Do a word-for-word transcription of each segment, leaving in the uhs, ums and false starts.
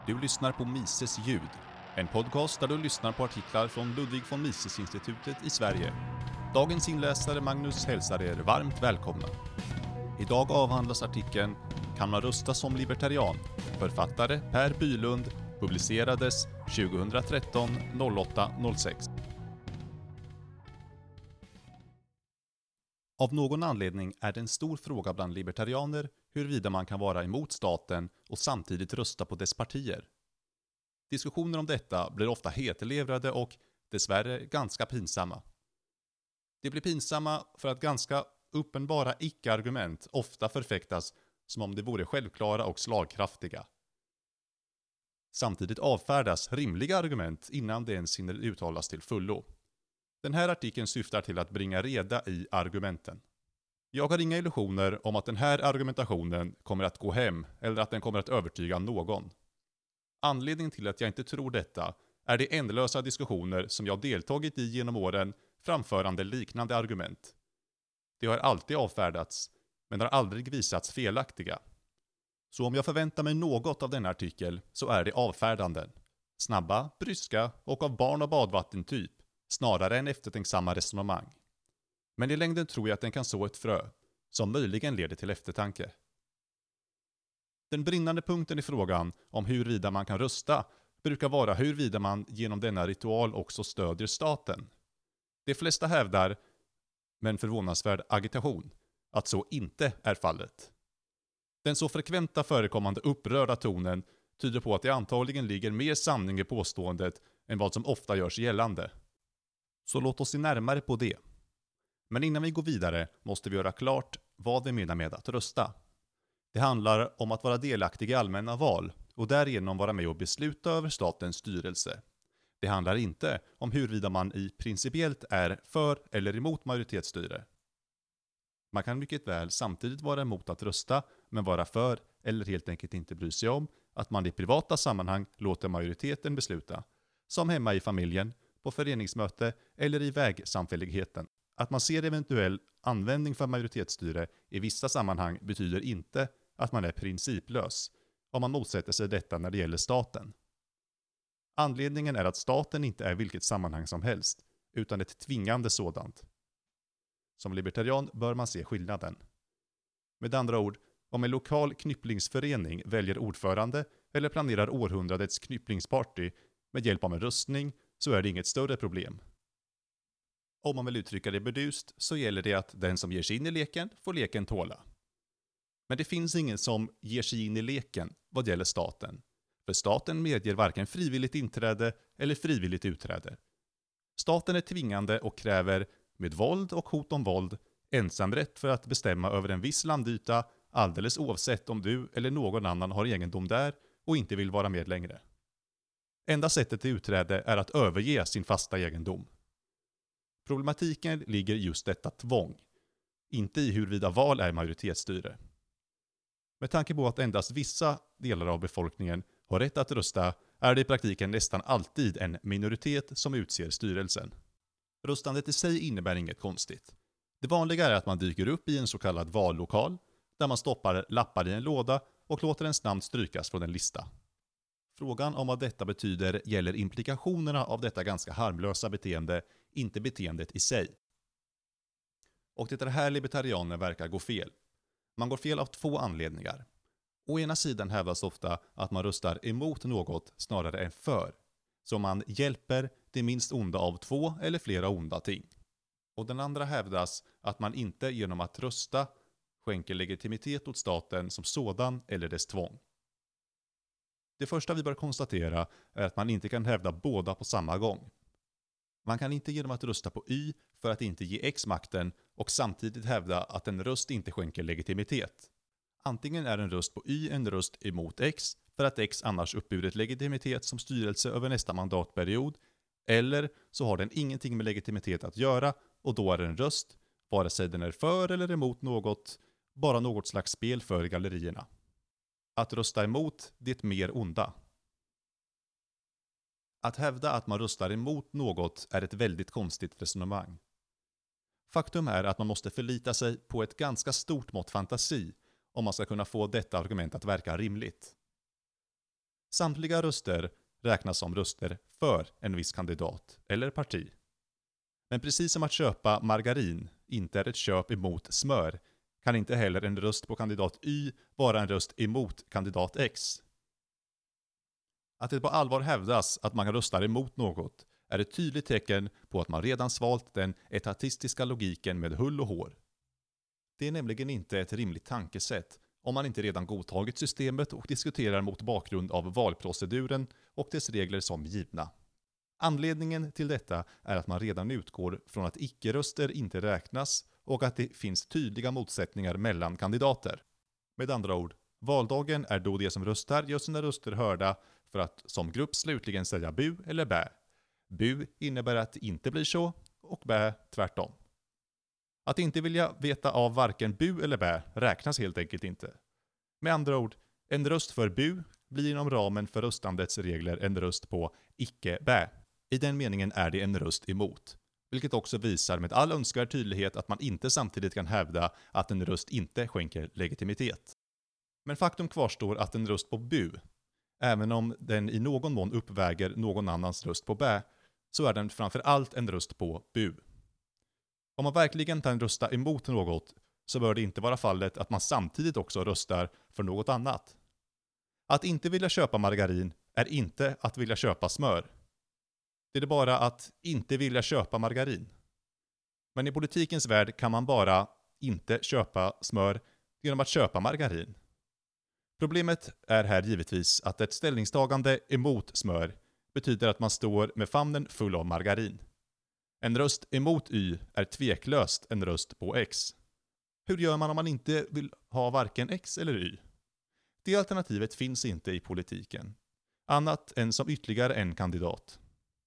Du lyssnar på Mises ljud, en podcast där du lyssnar på artiklar från Ludwig von Mises-institutet i Sverige. Dagens inläsare Magnus hälsar er varmt välkomna. Idag avhandlas artikeln Kan man rösta som libertarian? Författare Per Bylund, publicerades tjugohundratretton åtta noll sex. Av någon anledning är det en stor fråga bland libertarianer huruvida man kan vara emot staten och samtidigt rösta på dess partier. Diskussioner om detta blir ofta hetlevrade och dessvärre ganska pinsamma. Det blir pinsamma för att ganska uppenbara icke-argument ofta förfäktas som om de vore självklara och slagkraftiga. Samtidigt avfärdas rimliga argument innan de ens hinner uttalas till fullo. Den här artikeln syftar till att bringa reda i argumenten. Jag har inga illusioner om att den här argumentationen kommer att gå hem eller att den kommer att övertyga någon. Anledningen till att jag inte tror detta är de ändlösa diskussioner som jag deltagit i genom åren framförande liknande argument. De har alltid avfärdats, men har aldrig visats felaktiga. Så om jag förväntar mig något av denna artikel så är det avfärdanden. Snabba, bryska och av barn- och badvattentyp, snarare än eftertänksamma resonemang. Men i längden tror jag att den kan så ett frö, som möjligen leder till eftertanke. Den brinnande punkten i frågan om huruvida man kan rösta brukar vara huruvida man genom denna ritual också stödjer staten. De flesta hävdar, med en förvånansvärd agitation, att så inte är fallet. Den så frekventa förekommande upprörda tonen tyder på att det antagligen ligger mer sanning i påståendet än vad som ofta görs gällande. Så låt oss se närmare på det. Men innan vi går vidare måste vi göra klart vad vi menar med att rösta. Det handlar om att vara delaktig i allmänna val och därigenom vara med och besluta över statens styrelse. Det handlar inte om huruvida man i principiellt är för eller emot majoritetsstyre. Man kan mycket väl samtidigt vara emot att rösta, men vara för eller helt enkelt inte bry sig om att man i privata sammanhang låter majoriteten besluta, som hemma i familjen, på föreningsmöte eller i vägsamfälligheten. Att man ser eventuell användning för majoritetsstyre i vissa sammanhang betyder inte att man är principlös, om man motsätter sig detta när det gäller staten. Anledningen är att staten inte är vilket sammanhang som helst, utan ett tvingande sådant. Som libertarian bör man se skillnaden. Med andra ord, om en lokal knypplingsförening väljer ordförande eller planerar århundradets knypplingsparty med hjälp av en röstning så är det inget större problem. Om man vill uttrycka det burdust så gäller det att den som ger sig in i leken får leken tåla. Men det finns ingen som ger sig in i leken vad gäller staten. För staten medger varken frivilligt inträde eller frivilligt utträde. Staten är tvingande och kräver, med våld och hot om våld, ensamrätt för att bestämma över en viss landyta alldeles oavsett om du eller någon annan har egendom där och inte vill vara med längre. Enda sättet till utträde är att överge sin fasta egendom. Problematiken ligger just detta tvång, inte i huruvida val är majoritetsstyre. Med tanke på att endast vissa delar av befolkningen har rätt att rösta är det i praktiken nästan alltid en minoritet som utser styrelsen. Röstandet i sig innebär inget konstigt. Det vanliga är att man dyker upp i en så kallad vallokal där man stoppar lappar i en låda och låter ens namn strykas från en lista. Frågan om vad detta betyder gäller implikationerna av detta ganska harmlösa beteende, inte beteendet i sig. Och det är här libertarianer verkar gå fel. Man går fel av två anledningar. Å ena sidan hävdas ofta att man röstar emot något snarare än för. Så man hjälper det minst onda av två eller flera onda ting. Och den andra hävdas att man inte genom att rösta skänker legitimitet åt staten som sådan eller dess tvång. Det första vi bör konstatera är att man inte kan hävda båda på samma gång. Man kan inte genom att rösta på Y för att inte ge X makten och samtidigt hävda att en röst inte skänker legitimitet. Antingen är en röst på Y en röst emot X för att X annars uppburit legitimitet som styrelse över nästa mandatperiod, eller så har den ingenting med legitimitet att göra och då är en röst, vare sig den är för eller emot något, bara något slags spel för gallerierna. Att rösta emot det mer onda. Att hävda att man röstar emot något är ett väldigt konstigt resonemang. Faktum är att man måste förlita sig på ett ganska stort mått fantasi om man ska kunna få detta argument att verka rimligt. Samtliga röster räknas som röster för en viss kandidat eller parti. Men precis som att köpa margarin inte är ett köp emot smör, kan inte heller en röst på kandidat Y vara en röst emot kandidat X. Att det på allvar hävdas att man röstar emot något är ett tydligt tecken på att man redan svalt den etatistiska logiken med hull och hår. Det är nämligen inte ett rimligt tankesätt om man inte redan godtagit systemet och diskuterar mot bakgrund av valproceduren och dess regler som givna. Anledningen till detta är att man redan utgår från att icke-röster inte räknas och att det finns tydliga motsättningar mellan kandidater. Med andra ord, valdagen är då de som röstar gör sina röster hörda för att som grupp slutligen säga bu eller bä. Bu innebär att det inte blir så och bä tvärtom. Att inte vilja veta av varken bu eller bä räknas helt enkelt inte. Med andra ord, en röst för bu blir inom ramen för röstandets regler en röst på icke-bä. I den meningen är det en röst emot. Vilket också visar med all önskvärd tydlighet att man inte samtidigt kan hävda att en röst inte skänker legitimitet. Men faktum kvarstår att en röst på bu, även om den i någon mån uppväger någon annans röst på bä, så är den framför allt en röst på bu. Om man verkligen kan rösta emot något så bör det inte vara fallet att man samtidigt också röstar för något annat. Att inte vilja köpa margarin är inte att vilja köpa smör. Det är bara att inte vilja köpa margarin. Men i politikens värld kan man bara inte köpa smör genom att köpa margarin. Problemet är här givetvis att ett ställningstagande emot smör betyder att man står med famnen full av margarin. En röst emot Y är tveklöst en röst på X. Hur gör man om man inte vill ha varken X eller Y? Det alternativet finns inte i politiken, annat än som ytterligare en kandidat.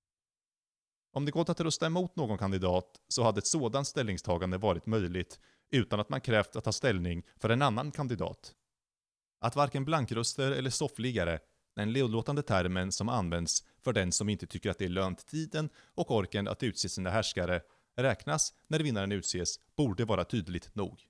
Om det gått att rösta emot någon kandidat så hade ett sådant ställningstagande varit möjligt utan att man krävt att ta ställning för en annan kandidat. Att varken blankröster eller soffliggare, den nedlåtande termen som används för den som inte tycker att det är lönt tiden och orken att utse sina härskare, räknas när vinnaren utses, borde vara tydligt nog.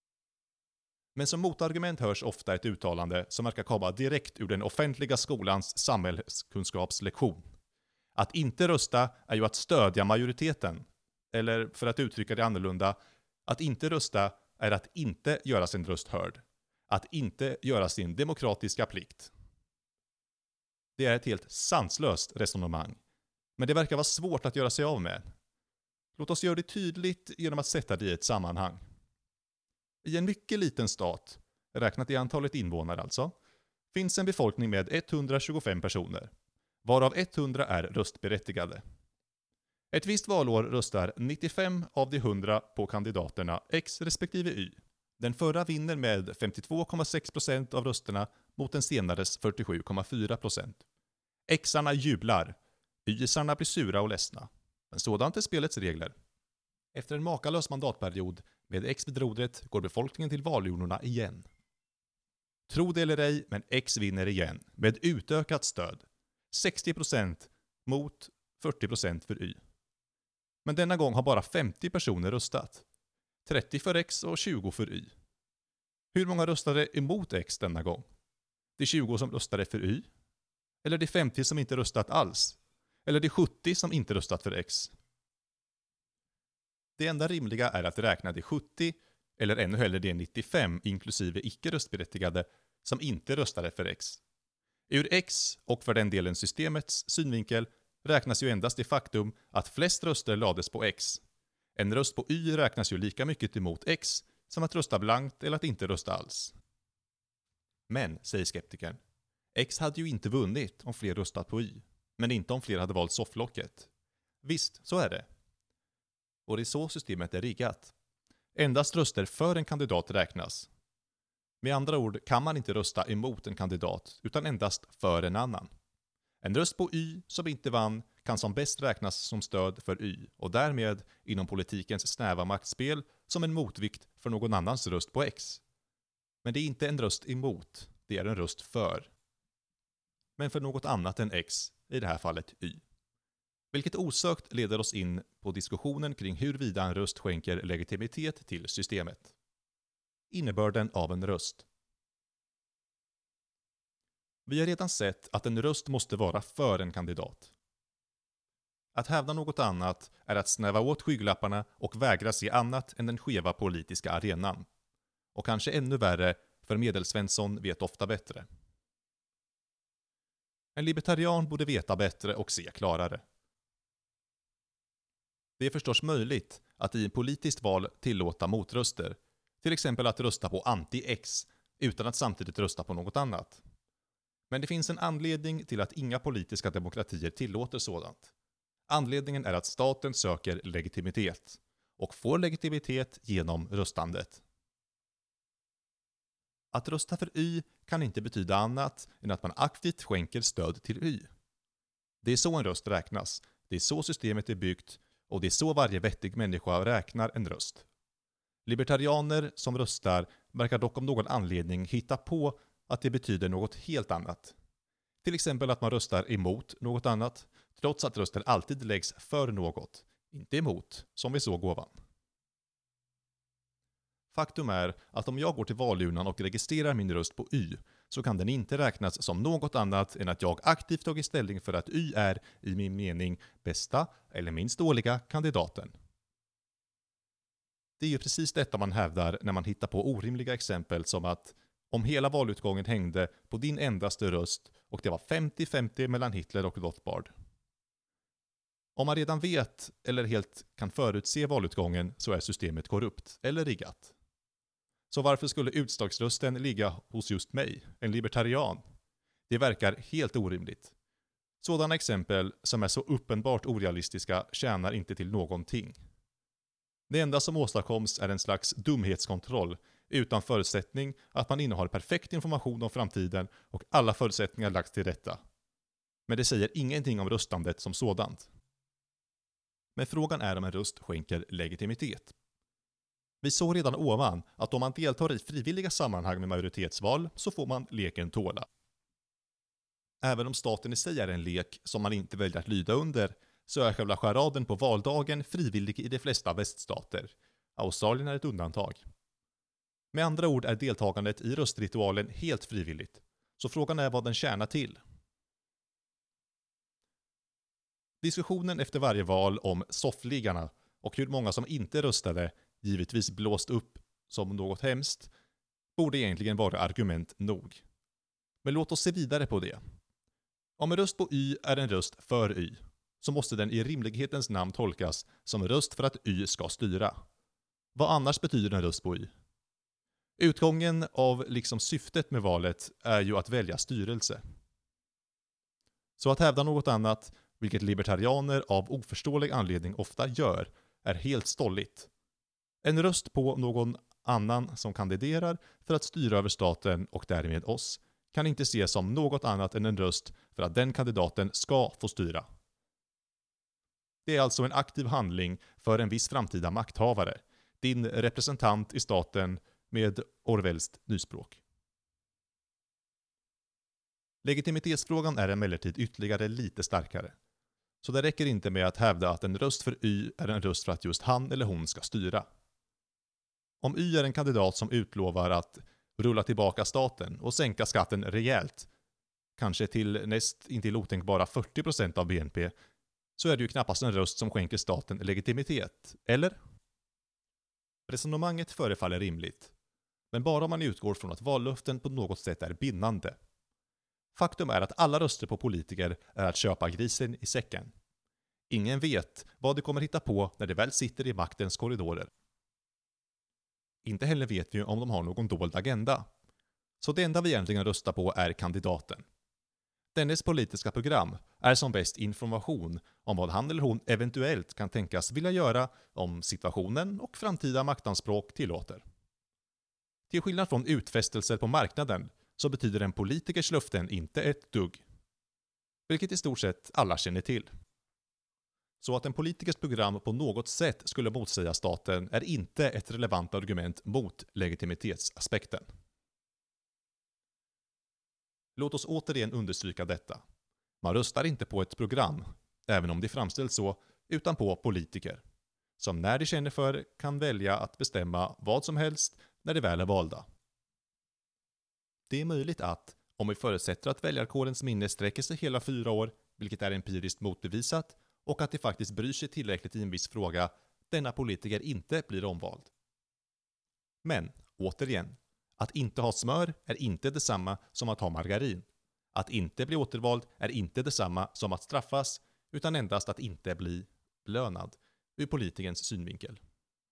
Men som motargument hörs ofta ett uttalande som verkar komma direkt ur den offentliga skolans samhällskunskapslektion. Att inte rösta är ju att stödja majoriteten. Eller för att uttrycka det annorlunda, att inte rösta är att inte göra sin röst hörd. Att inte göra sin demokratiska plikt. Det är ett helt sanslöst resonemang. Men det verkar vara svårt att göra sig av med. Låt oss göra det tydligt genom att sätta det i ett sammanhang. I en mycket liten stat, räknat i antalet invånare alltså, finns en befolkning med etthundratjugofem personer, varav hundra är röstberättigade. Ett visst valår röstar nittiofem av de hundra på kandidaterna X respektive Y. Den förra vinner med femtiotvå komma sex procent av rösterna mot den senares fyrtiosju komma fyra procent. Xarna jublar, Ysarna blir sura och ledsna. Men sådant är spelets regler. Efter en makalös mandatperiod med X vid rodret går befolkningen till valurnorna igen. Tro det eller ej, men X vinner igen med utökat stöd. sextio procent mot fyrtio procent för Y. Men denna gång har bara femtio personer röstat. trettio för X och tjugo för Y. Hur många röstade emot X denna gång? De tjugo som röstade för Y? Eller de femtio som inte röstat alls? Eller de sjuttio som inte röstat för X? Det enda rimliga är att räkna de sjuttio, eller ännu hellre de nittiofem inklusive icke-röstberättigade, som inte röstade för X. Ur X, och för den delen systemets, synvinkel räknas ju endast det faktum att flest röster lades på X. En röst på Y räknas ju lika mycket emot X som att rösta blankt eller att inte rösta alls. Men, säger skeptikern, X hade ju inte vunnit om fler röstat på Y, men inte om fler hade valt sofflocket. Visst, så är det. Och det är så systemet är riggat. Endast röster för en kandidat räknas. Med andra ord kan man inte rösta emot en kandidat, utan endast för en annan. En röst på Y som inte vann kan som bäst räknas som stöd för Y och därmed inom politikens snäva maktspel som en motvikt för någon annans röst på X. Men det är inte en röst emot, det är en röst för. Men för något annat än X, i det här fallet Y. Vilket osökt leder oss in på diskussionen kring huruvida en röst skänker legitimitet till systemet. Innebörden av en röst. Vi har redan sett att en röst måste vara för en kandidat. Att hävda något annat är att snäva åt skygglapparna och vägra se annat än den skeva politiska arenan. Och kanske ännu värre, för Medelsvensson vet ofta bättre. En libertarian borde veta bättre och se klarare. Det är förstås möjligt att i ett politiskt val tillåta motröster, till exempel att rösta på anti-X utan att samtidigt rösta på något annat. Men det finns en anledning till att inga politiska demokratier tillåter sådant. Anledningen är att staten söker legitimitet och får legitimitet genom röstandet. Att rösta för Y kan inte betyda annat än att man aktivt skänker stöd till Y. Det är så en röst räknas, det är så systemet är byggt och det är så varje vettig människa räknar en röst. Libertarianer som röstar verkar dock om någon anledning hitta på att det betyder något helt annat. Till exempel att man röstar emot något annat, trots att rösten alltid läggs för något, inte emot, som vi såg ovan. Faktum är att om jag går till valurnan och registrerar min röst på Y, så kan den inte räknas som något annat än att jag aktivt tagit ställning för att Y är, i min mening, bästa eller minst dåliga kandidaten. Det är ju precis detta man hävdar när man hittar på orimliga exempel som att om hela valutgången hängde på din endaste röst och det var femtio femtio mellan Hitler och Rothbard. Om man redan vet eller helt kan förutse valutgången så är systemet korrupt eller riggat. Så varför skulle utslagsrösten ligga hos just mig, en libertarian? Det verkar helt orimligt. Sådana exempel som är så uppenbart orealistiska tjänar inte till någonting. Det enda som åstadkoms är en slags dumhetskontroll utan förutsättning att man innehar perfekt information om framtiden och alla förutsättningar lagts till rätta. Men det säger ingenting om röstandet som sådant. Men frågan är om en röst skänker legitimitet. Vi såg redan ovan att om man deltar i frivilliga sammanhang med majoritetsval så får man leken tåla. Även om staten i sig är en lek som man inte väljer att lyda under så är själva charaden på valdagen frivillig i de flesta väststater. Australien är ett undantag. Med andra ord är deltagandet i röstritualen helt frivilligt. Så frågan är vad den tjänar till. Diskussionen efter varje val om soffliggarna och hur många som inte röstade, givetvis blåst upp som något hemskt, borde egentligen vara argument nog. Men låt oss se vidare på det. Om en röst på Y är en röst för Y, så måste den i rimlighetens namn tolkas som röst för att Y ska styra. Vad annars betyder en röst på Y? Utgången av liksom syftet med valet är ju att välja styrelse. Så att hävda något annat, vilket libertarianer av oförståelig anledning ofta gör, är helt stolligt. En röst på någon annan som kandiderar för att styra över staten och därmed oss kan inte ses som något annat än en röst för att den kandidaten ska få styra. Det är alltså en aktiv handling för en viss framtida makthavare, din representant i staten med Orwellskt nyspråk. Legitimitetsfrågan är emellertid ytterligare lite starkare. Så det räcker inte med att hävda att en röst för Y är en röst för att just han eller hon ska styra. Om Y är en kandidat som utlovar att rulla tillbaka staten och sänka skatten rejält, kanske till näst intill otänkbara fyrtio procent av B N P, så är det ju knappast en röst som skänker staten legitimitet, eller? Resonemanget förefaller rimligt, men bara om man utgår från att vallöften på något sätt är bindande. Faktum är att alla röster på politiker är att köpa grisen i säcken. Ingen vet vad de kommer hitta på när de väl sitter i maktens korridorer. Inte heller vet vi om de har någon dold agenda. Så det enda vi egentligen röstar på är kandidaten. Dennes politiska program är som bäst information om vad han eller hon eventuellt kan tänkas vilja göra om situationen och framtida maktanspråk tillåter. Till skillnad från utfästelser på marknaden så betyder en politikers löften inte ett dugg. Vilket i stort sett alla känner till. Så att en politikers program på något sätt skulle motsäga staten är inte ett relevant argument mot legitimitetsaspekten. Låt oss återigen understryka detta. Man röstar inte på ett program, även om det framställs så, utan på politiker. Som när de känner för kan välja att bestämma vad som helst när de väl är valda. Det är möjligt att, Om vi förutsätter att väljarkårens minne sträcker sig hela fyra år, vilket är empiriskt motbevisat, och att de faktiskt bryr sig tillräckligt i en viss fråga, denna politiker inte blir omvald. Men, återigen, att inte ha smör är inte detsamma som att ha margarin. Att inte bli återvald är inte detsamma som att straffas, utan endast att inte bli belönad, ur politikerns synvinkel.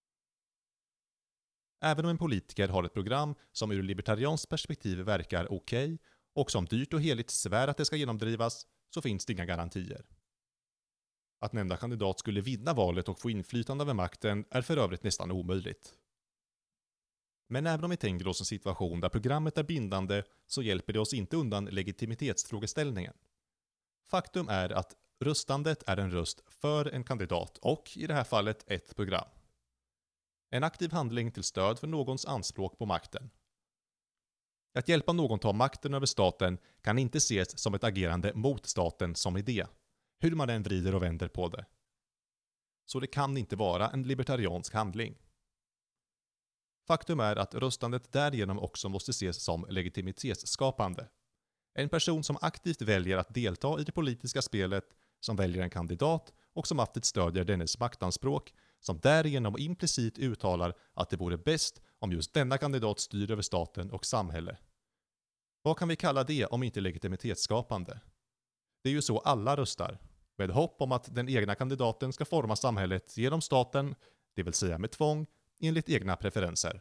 Även om en politiker har ett program som ur libertarianskt perspektiv verkar okej okay, och som dyrt och heligt svär att det ska genomdrivas, så finns det inga garantier. Att nämnda kandidat skulle vinna valet och få inflytande över makten är för övrigt nästan omöjligt. Men även om vi tänker oss en situation där programmet är bindande så hjälper det oss inte undan legitimitetsfrågeställningen. Faktum är att röstandet är en röst för en kandidat och i det här fallet ett program. En aktiv handling till stöd för någons anspråk på makten. Att hjälpa någon ta makten över staten kan inte ses som ett agerande mot staten som idé, hur man än vrider och vänder på det. Så det kan inte vara en libertariansk handling. Faktum är att röstandet därigenom också måste ses som legitimitetsskapande. En person som aktivt väljer att delta i det politiska spelet, som väljer en kandidat och som aktivt stödjer dennes maktanspråk, som därigenom implicit uttalar att det vore bäst om just denna kandidat styr över staten och samhälle. Vad kan vi kalla det om inte legitimitetsskapande? Det är ju så alla röstar, med hopp om att den egna kandidaten ska forma samhället genom staten, det vill säga med tvång, enligt egna preferenser.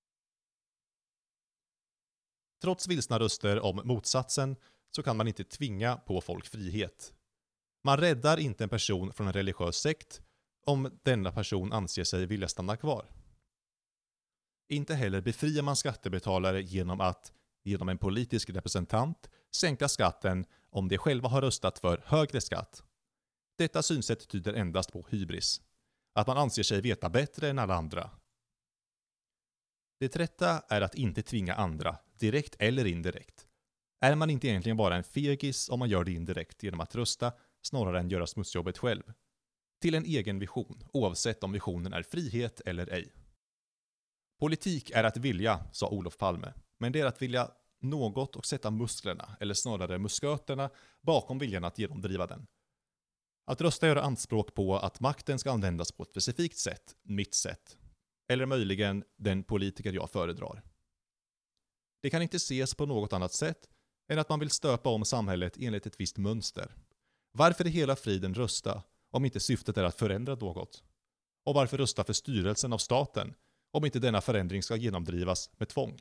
Trots vilsna röster om motsatsen så kan man inte tvinga på folk frihet. Man räddar inte en person från en religiös sekt om denna person anser sig vilja stanna kvar. Inte heller befriar man skattebetalare genom att, genom en politisk representant, sänka skatten om de själva har röstat för högre skatt. Detta synsätt tyder endast på hybris. Att man anser sig veta bättre än alla andra. Det rätta är att inte tvinga andra, direkt eller indirekt. Är man inte egentligen bara en fegis om man gör det indirekt genom att rösta, snarare än göra smutsjobbet själv? Till en egen vision, oavsett om visionen är frihet eller ej. Politik är att vilja, sa Olof Palme, men det är att vilja något och sätta musklerna, eller snarare musköterna, bakom viljan att genomdriva den. Att rösta gör anspråk på att makten ska användas på ett specifikt sätt, mitt sätt. Eller möjligen den politiker jag föredrar. Det kan inte ses på något annat sätt än att man vill stöpa om samhället enligt ett visst mönster. Varför i hela friden rösta om inte syftet är att förändra något? Och varför rösta för styrelsen av staten om inte denna förändring ska genomdrivas med tvång?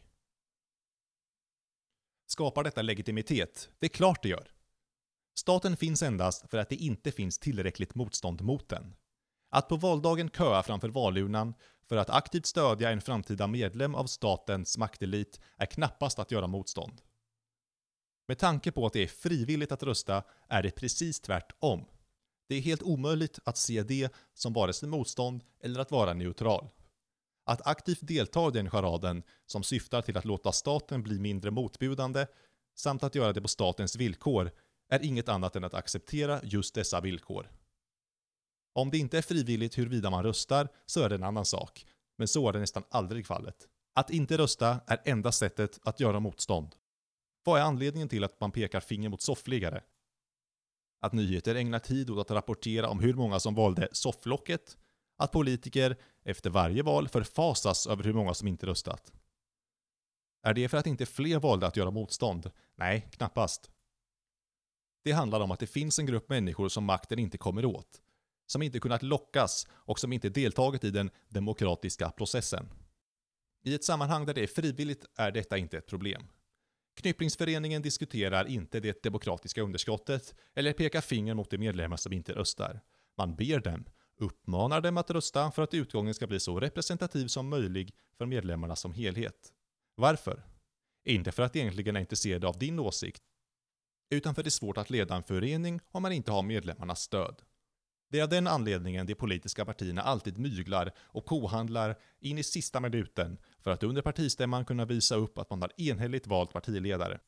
Skapar detta legitimitet? Det är klart det gör. Staten finns endast för att det inte finns tillräckligt motstånd mot den. Att på valdagen köa framför valurnan för att aktivt stödja en framtida medlem av statens maktelit är knappast att göra motstånd. Med tanke på att det är frivilligt att rösta är det precis tvärtom. Det är helt omöjligt att se det som vare sig motstånd eller att vara neutral. Att aktivt delta i den charaden som syftar till att låta staten bli mindre motbjudande samt att göra det på statens villkor är inget annat än att acceptera just dessa villkor. Om det inte är frivilligt huruvida man röstar så är det en annan sak, men så är det nästan aldrig fallet. Att inte rösta är enda sättet att göra motstånd. Vad är anledningen till att man pekar finger mot soffliggare? Att nyheter ägnar tid åt att rapportera om hur många som valde sofflocket? Att politiker efter varje val förfasas över hur många som inte röstat? Är det för att inte fler valde att göra motstånd? Nej, knappast. Det handlar om att det finns en grupp människor som makten inte kommer åt, som inte kunnat lockas och som inte deltagit i den demokratiska processen. I ett sammanhang där det är frivilligt är detta inte ett problem. Knypplingsföreningen diskuterar inte det demokratiska underskottet eller pekar finger mot de medlemmar som inte röstar. Man ber dem, uppmanar dem att rösta för att utgången ska bli så representativ som möjlig för medlemmarna som helhet. Varför? Inte för att de egentligen är intresserade av din åsikt, utan för att det är svårt att leda en förening om man inte har medlemmarnas stöd. Det är av den anledningen de politiska partierna alltid myglar och kohandlar in i sista minuten för att under partistämman kunna visa upp att man har enhälligt valt partiledare.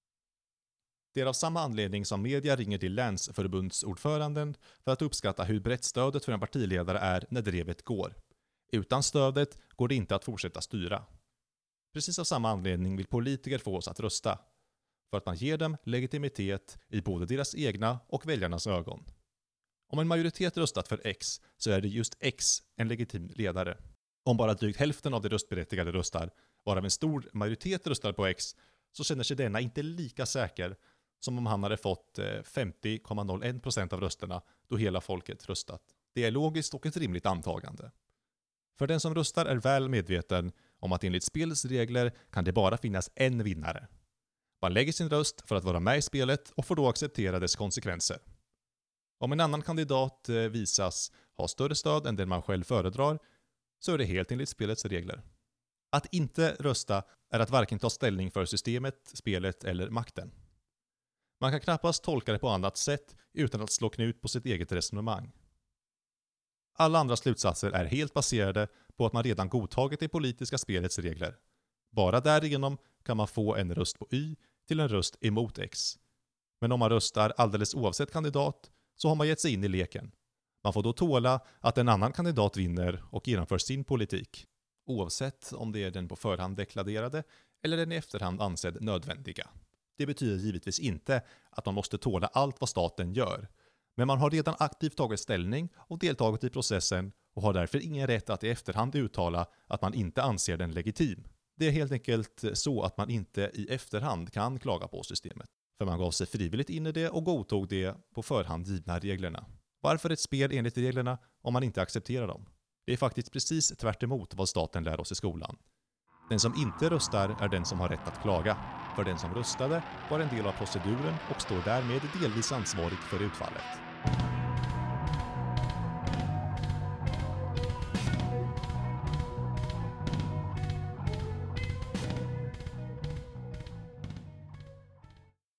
Det är av samma anledning som media ringer till länsförbundsordföranden för att uppskatta hur brett stödet för en partiledare är när drevet går. Utan stödet går det inte att fortsätta styra. Precis av samma anledning vill politiker få oss att rösta. för att man ger dem legitimitet i både deras egna och väljarnas ögon. Om en majoritet röstat för X så är det just X en legitim ledare. Om bara drygt hälften av de röstberättigade röstar, varav en stor majoritet röstar på X, så känner sig denna inte lika säker som om han hade fått femtio komma noll en procent av rösterna då hela folket röstat. Det är logiskt och ett rimligt antagande. För den som röstar är väl medveten om att enligt spelets regler kan det bara finnas en vinnare. Man lägger sin röst för att vara med i spelet och får då acceptera dess konsekvenser. Om en annan kandidat visas ha större stöd än den man själv föredrar så är det helt enligt spelets regler. Att inte rösta är att varken ta ställning för systemet, spelet eller makten. Man kan knappast tolka det på annat sätt utan att slå knut på sitt eget resonemang. Alla andra slutsatser är helt baserade på att man redan godtagit det politiska spelets regler. Bara därigenom kan man få en röst på Y till en röst emot X. Men om man röstar alldeles oavsett kandidat så har man gett sig in i leken. Man får då tåla att en annan kandidat vinner och genomför sin politik. Oavsett om det är den på förhand deklarerade eller den i efterhand ansedd nödvändiga. Det betyder givetvis inte att man måste tåla allt vad staten gör. Men man har redan aktivt tagit ställning och deltagit i processen och har därför ingen rätt att i efterhand uttala att man inte anser den legitim. Det är helt enkelt så att man inte i efterhand kan klaga på systemet. För man gav sig frivilligt in i det och godtog det på förhand givna reglerna. Varför ett spel enligt reglerna om man inte accepterar dem? Det är faktiskt precis tvärt emot vad staten lär oss i skolan. Den som inte röstar är den som har rätt att klaga. För den som röstade var en del av proceduren och står därmed delvis ansvarig för utfallet.